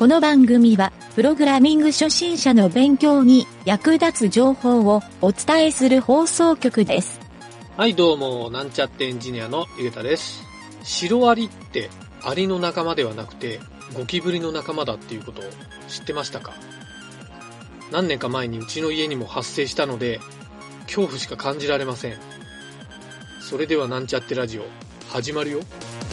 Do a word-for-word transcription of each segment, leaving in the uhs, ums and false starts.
の番組は、プログラミング初心者の勉強に役立つ情報をお伝えする放送局です。 はい、どうも、なんちゃってエンジニアのゆげたです。シロアリってアリの仲間ではなくて、ゴキブリの仲間だっていうことを知ってましたか？何年か前にうちの家にも発生したので、恐怖しか感じられません。それではなんちゃってラジオ、始まるよ。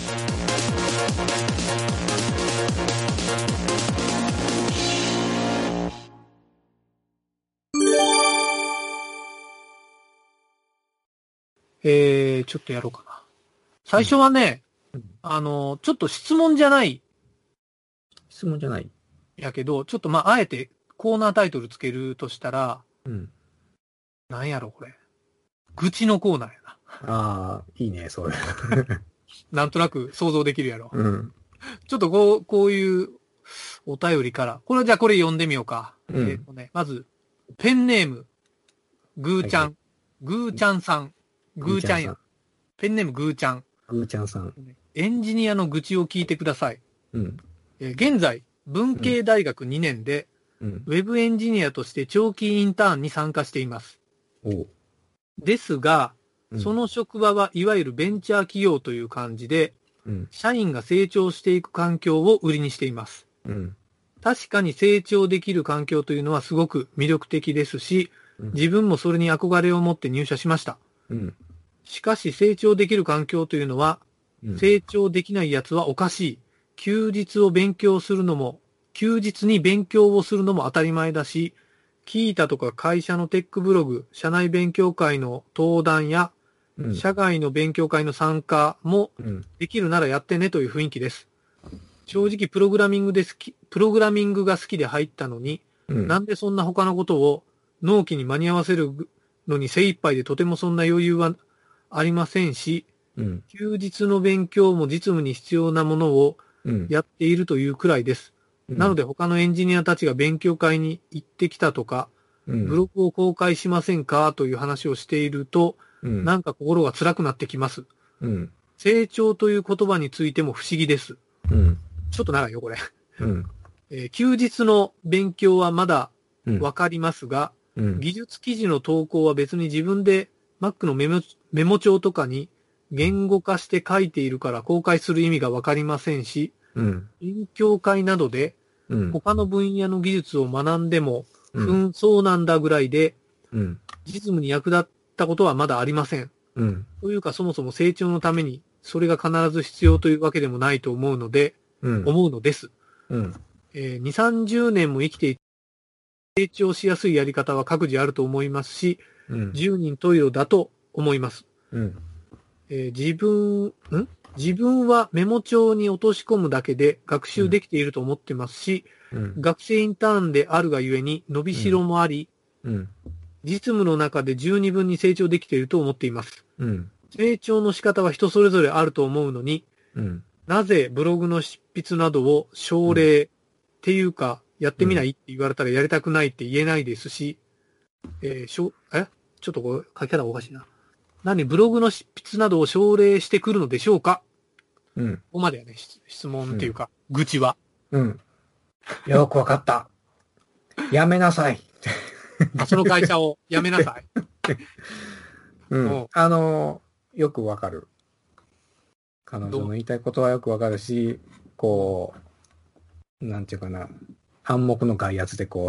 えー、ちょっとやろうかな。最初はね、うん、あの、ちょっと質問じゃない。 質問じゃないやけど、ちょっとまあ、あえてコーナータイトルつけるとしたら、 うん。 なんやろ、これ。愚痴のコーナーやな。 ああ、いいね、それ。 なんとなく想像できるやろ。 うん。 ちょっとこう、こういうお便りから、これじゃあこれ読んでみようか。 うん、 えっとね、まず、ペンネーム、ぐーちゃん、はいはい、ぐーちゃんさん。ぐーちゃんや。ペンネームぐーちゃん。 ぐーちゃんさん。 エンジニアの愚痴を聞いてください。 うん。 えー、現在、文系大学にねんで、うん、ウェブエンジニアとして長期インターンに参加しています。 おですが、うん、その職場はいわゆるベンチャー企業という感じで、うん、社員が成長していく環境を売りにしています。うん、確かに成長できる環境というのはすごく魅力的ですし、うん、自分もそれに憧れを持って入社しました。うん、しかし成長できる環境というのは、うん、成長できない奴はおかしい。休日を勉強するのも、休日に勉強をするのも当たり前だし、キータとか会社のテックブログ、社内勉強会の登壇や、うん、社外の勉強会の参加もできるならやってねという雰囲気です。正直プログラミングで好き、プログラミングが好きで入ったのに、うん、なんでそんな他のことを納期に間に合わせるのに精一杯でとてもそんな余裕はありませんし、うん、休日の勉強も実務に必要なものをやっているというくらいです。うん、なので他のエンジニアたちが勉強会に行ってきたとか、うん、ブログを公開しませんかという話をしていると、うん、なんか心が辛くなってきます。うん、成長という言葉についても不思議です。うん、ちょっと長いよ、これ、うんえー。休日の勉強はまだわかりますが、うん、技術記事の投稿は別に自分で Mac のメモ、メモ帳とかに言語化して書いているから公開する意味がわかりませんし、うん、勉強会などで他の分野の技術を学んでも、うん、ふん、そうなんだぐらいで、うん、実務に役立ったことはまだありません。うん、というかそもそも成長のためにそれが必ず必要というわけでもないと思うので、うん、思うのです。うんえー、に、さんじゅうねんも生きていて成長しやすいやり方は各自あると思いますし、うん、十人十色だと思います。うんえー、自分、ん自分はメモ帳に落とし込むだけで学習できていると思ってますし、うん、学生インターンであるがゆえに伸びしろもあり、うんうん、実務の中で十二分に成長できていると思っています。うん、成長の仕方は人それぞれあると思うのに、うん、なぜブログの執筆などを奨励、うん、っていうかやってみないって言われたらやりたくないって言えないですし、えー、しょえちょっとこれ書き方おかしいな。何ブログの執筆などを奨励してくるのでしょうか？うん。ここまでやね、質問っていうか、うん、愚痴は。 うん。よくわかった。やめなさい。 あ、その会社をやめなさい。 うん。あの、よくわかる。彼女の言いたいことはよくわかるし、こう、なんていうかな、暗黙の外圧でこ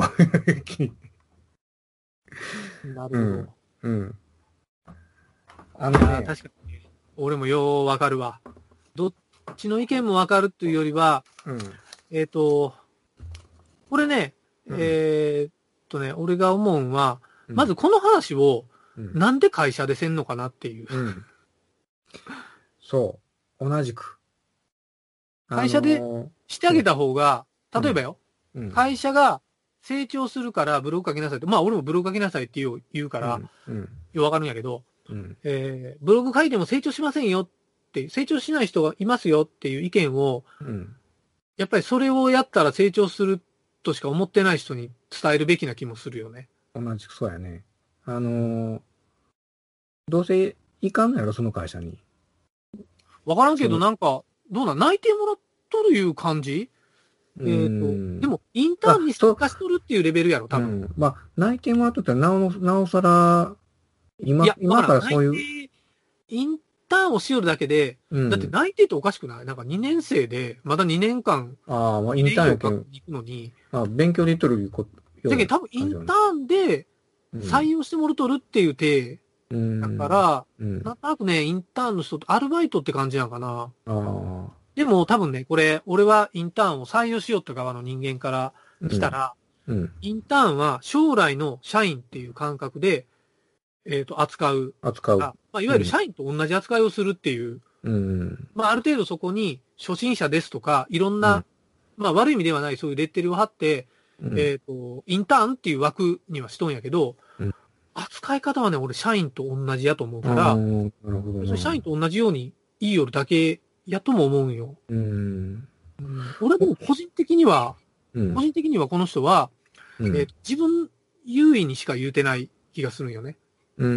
う。なるほど。うん。うんあのね、 確かに、俺もようわかるわ。どっちの意見もわかるっていうよりは、うん、えっ、ー、と、これね、うん、えー、っとね、俺が思うんは、うん、まずこの話を、なんで会社でせんのかなっていう。うん、 そう、同じく。 会社でしてあげた方が、あのー、例えばよ、うん、会社が成長するからブログ書きなさいって、まあ俺もブログ書きなさいって言う言うから、うん、ようわかるんやけど、うんえー、ブログ書いても成長しませんよって、成長しない人がいますよっていう意見を、うん、やっぱりそれをやったら成長するとしか思ってない人に伝えるべきな気もするよね。 同じくそうやね。あのー、どうせいかんのやろ、その会社に。 わからんけど、なんか、どうなん内定もらっとるいう感じえっ、ー、と、でも、インターンに参加しとるっていうレベルやろ、多分。うん、 まあ、内定もらっとったら、なお、なおさら、今、今からそういう。 インターンをしよるだけで、うん、だって内定っておかしくない？なんかにねん生で、まだにねんかん、 ああ、まあ、インターンやけん。 行くのに。 ああ、勉強で言っとること。 だけど多分インターンで採用してもらっとるっていう体だから、うん、なんとなくね、インターンの人とアルバイトって感じなのかな。あでも多分ね、これ、俺はインターンを採用しようって側の人間から来たら、うんうん、インターンは将来の社員っていう感覚で、えっ、ー、と、扱う。 扱う。 まあ、いわゆる社員と同じ扱いをするっていう。 うん、 まあ、ある程度そこに初心者ですとか、いろんな、うん、まあ、悪い意味ではないそういうレッテルを貼って、うん、えっ、ー、と、インターンっていう枠にはしとんやけど、うん、扱い方はね、俺、社員と同じやと思うから、なるほど、ね、社員と同じように言いよるだけやとも思うんよ。 うん、 うん、俺でも個人的には、うん、個人的にはこの人は、うん、えー、自分優位にしか言うてない気がするんよね。 うん。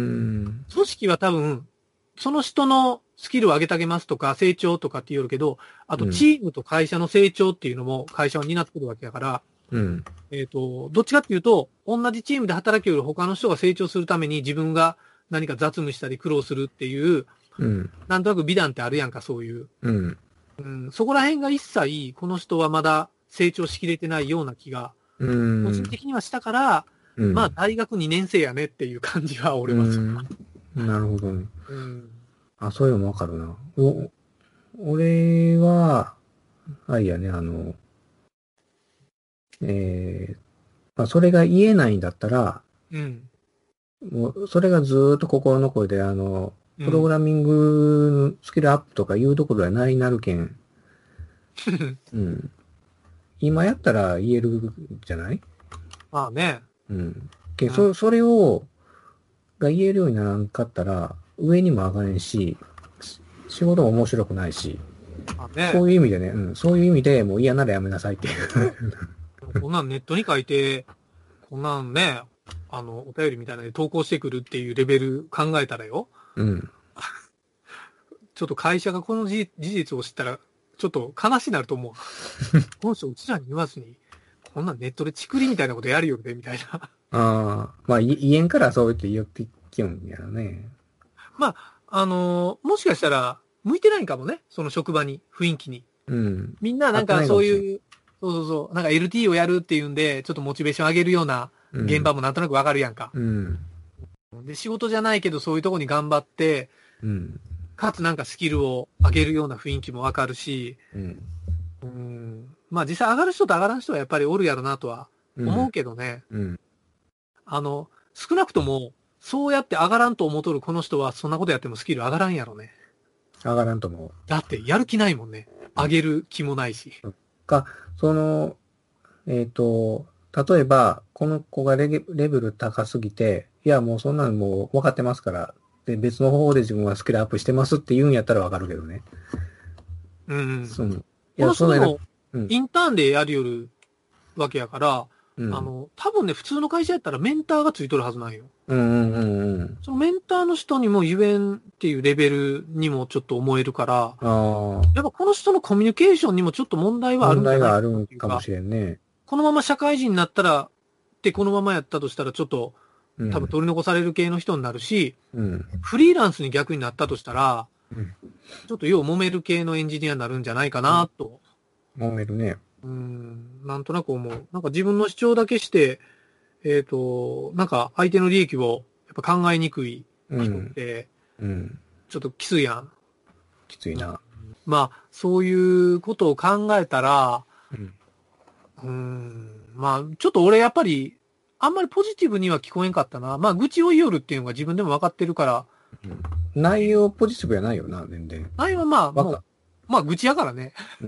組織は多分、その人のスキルを上げてあげますとか、成長とかって言うけど、あとチームと会社の成長っていうのも会社は担ってくるわけだから、 うん、 えっ、ー、と、どっちかっていうと、同じチームで働きよる他の人が成長するために自分が何か雑務したり苦労するっていう、 うん、 なんとなく美談ってあるやんか、そういう。 うんうん、そこら辺が一切、この人はまだ成長しきれてないような気が、個人的にはしたから、うん、まあ、大学にねん生やねっていう感じは俺はする。 なるほどね。 うん、 あ、そういうのもわかるな。お、俺は、あいやね、あの、えー、まあ、それが言えないんだったら、 うん、 もう、それがずーっと心の声で、あの、プログラミングスキルアップとかいうところはないなるけん。うん。今やったら言えるじゃない？ まあね。 うん。けど、そ、それを、が言えるようにならんかったら、上にも上がれんし、仕事も面白くないし、 まあね、 そういう意味でね、うん、そういう意味でもう嫌ならやめなさいっていう。 こんなんネットに書いて、こんなんね、あの、お便りみたいなので投稿してくるっていうレベル考えたらよ。 うん。 ちょっと会社がこの事実を知ったら、ちょっと悲しいなると思う。この人うちらに言わずに、こんなんネットでチクリみたいなことやるよね、みたいな。 ああ、まあ、言えんからそうやって言ってきよんやろね。 まあ、あのー、もしかしたら、向いてないんかもね、その職場に、雰囲気に。 うん。 みんななんかそういう、そうそうそう、なんか エルティー をやるっていうんで、ちょっとモチベーション上げるような現場もなんとなくわかるやんか。 うん。 で、仕事じゃないけどそういうとこに頑張って、 うん。 かつなんかスキルを上げるような雰囲気もわかるし、 うん。 うん。まあ実際上がる人と上がらん人はやっぱりおるやろなとは思うけどね。 うん。うん、 あの、少なくとも、そうやって上がらんと思うとるこの人はそんなことやってもスキル上がらんやろね。 上がらんと思う。 だってやる気ないもんね。上げる気もないし。 か、その、えっ、ー、と、例えば、この子がレレベル高すぎて、いやもうそんなのもう分かってますから、で、別の方法で自分はスキルアップしてますって言うんやったらわかるけどね。 うん、うん。 その、いや、その、インターンでやりよるわけやから、うん、あの、多分ね、普通の会社やったらメンターがついとるはずなんよ。 うんうんうんうん。 そのメンターの人にも言えんっていうレベルにもちょっと思えるから、 あやっぱこの人のコミュニケーションにもちょっと問題はあるんじゃないかな。 問題があるかもしれんね。 このまま社会人になったら、ってこのままやったとしたらちょっと、多分取り残される系の人になるし、 うん、 フリーランスに逆になったとしたら、 うん、 ちょっとよう揉める系のエンジニアになるんじゃないかなと。 揉めるね。 うん、なんとなく思う。なんか自分の主張だけして、えっ、ー、と、なんか相手の利益をやっぱ考えにくい人って、 うんうん、 ちょっときついやん。 きついな。 まあ、そういうことを考えたら、 うん、 うーん、まあ、ちょっと俺やっぱり、あんまりポジティブには聞こえんかったな。まあ、愚痴を言いよるっていうのが自分でも分かってるから。 うん、内容ポジティブやないよな、全然。 内容はまあ、もう、まあ、愚痴やからね。 うん。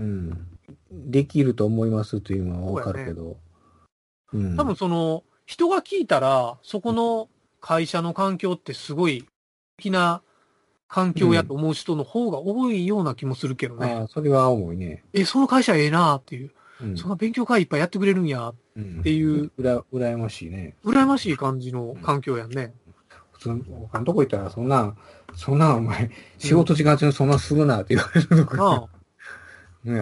できると思いますというのは分かるけど。 うね、うん、多分その、人が聞いたら、そこの会社の環境ってすごい、的な環境やと思う人の方が多いような気もするけどね。 うん、ああ、それは重いね。 え、その会社ええなっていう。うん、そんな勉強会いっぱいやってくれるんやっていう、うん、 うら、うらやましいね。 うらやましい感じの環境やんね。 普通、他のとこ行ったら、そんな、そんなお前、仕事時間中にそんなするなって言われるのかな。ね、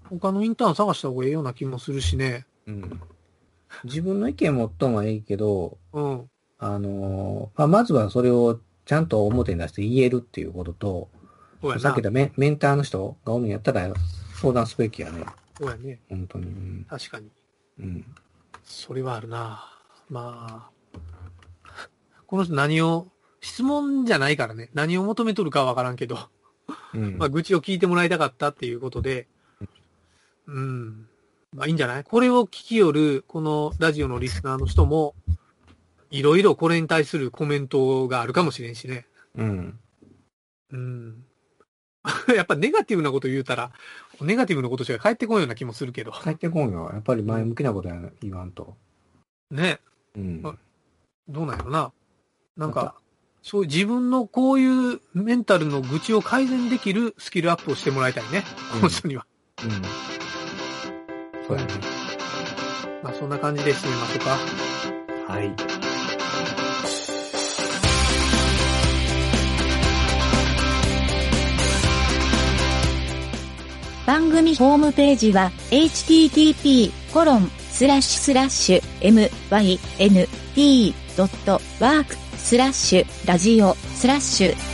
他のインターン探した方がいいような気もするしね。 うん。自分の意見持っとんはいいけど、 うん。 あの、まあ、まずはそれをちゃんと表に出して言えるっていうことと、 そうやな。 さっき言ったメメンターの人がおるんやったら相談すべきやね。 そうやね。 本当に。うん、 確かに。 うん。 それはあるな。まあ、この人何を、質問じゃないからね。何を求めとるかはわからんけど。うん、まあ、愚痴を聞いてもらいたかったっていうことで、うん。まあいいんじゃない？これを聞きよる、このラジオのリスナーの人も、いろいろこれに対するコメントがあるかもしれんしね。 うん。 うん。やっぱネガティブなこと言うたら、ネガティブなことしか返ってこんような気もするけど。 返ってこんよ。やっぱり前向きなことや言わんと。 ね。 うん。 どうなんやろな。なんか、そう自分のこういうメンタルの愚痴を改善できるスキルアップをしてもらいたいね。うん、この人には。 うん。そうやね。 まあそんな感じで締めましょうか。 はい。 番組ホームページは エイチティーティーピーコロンスラッシュスラッシュエムワイエヌティードットワークスラッシュラジオスラッシュ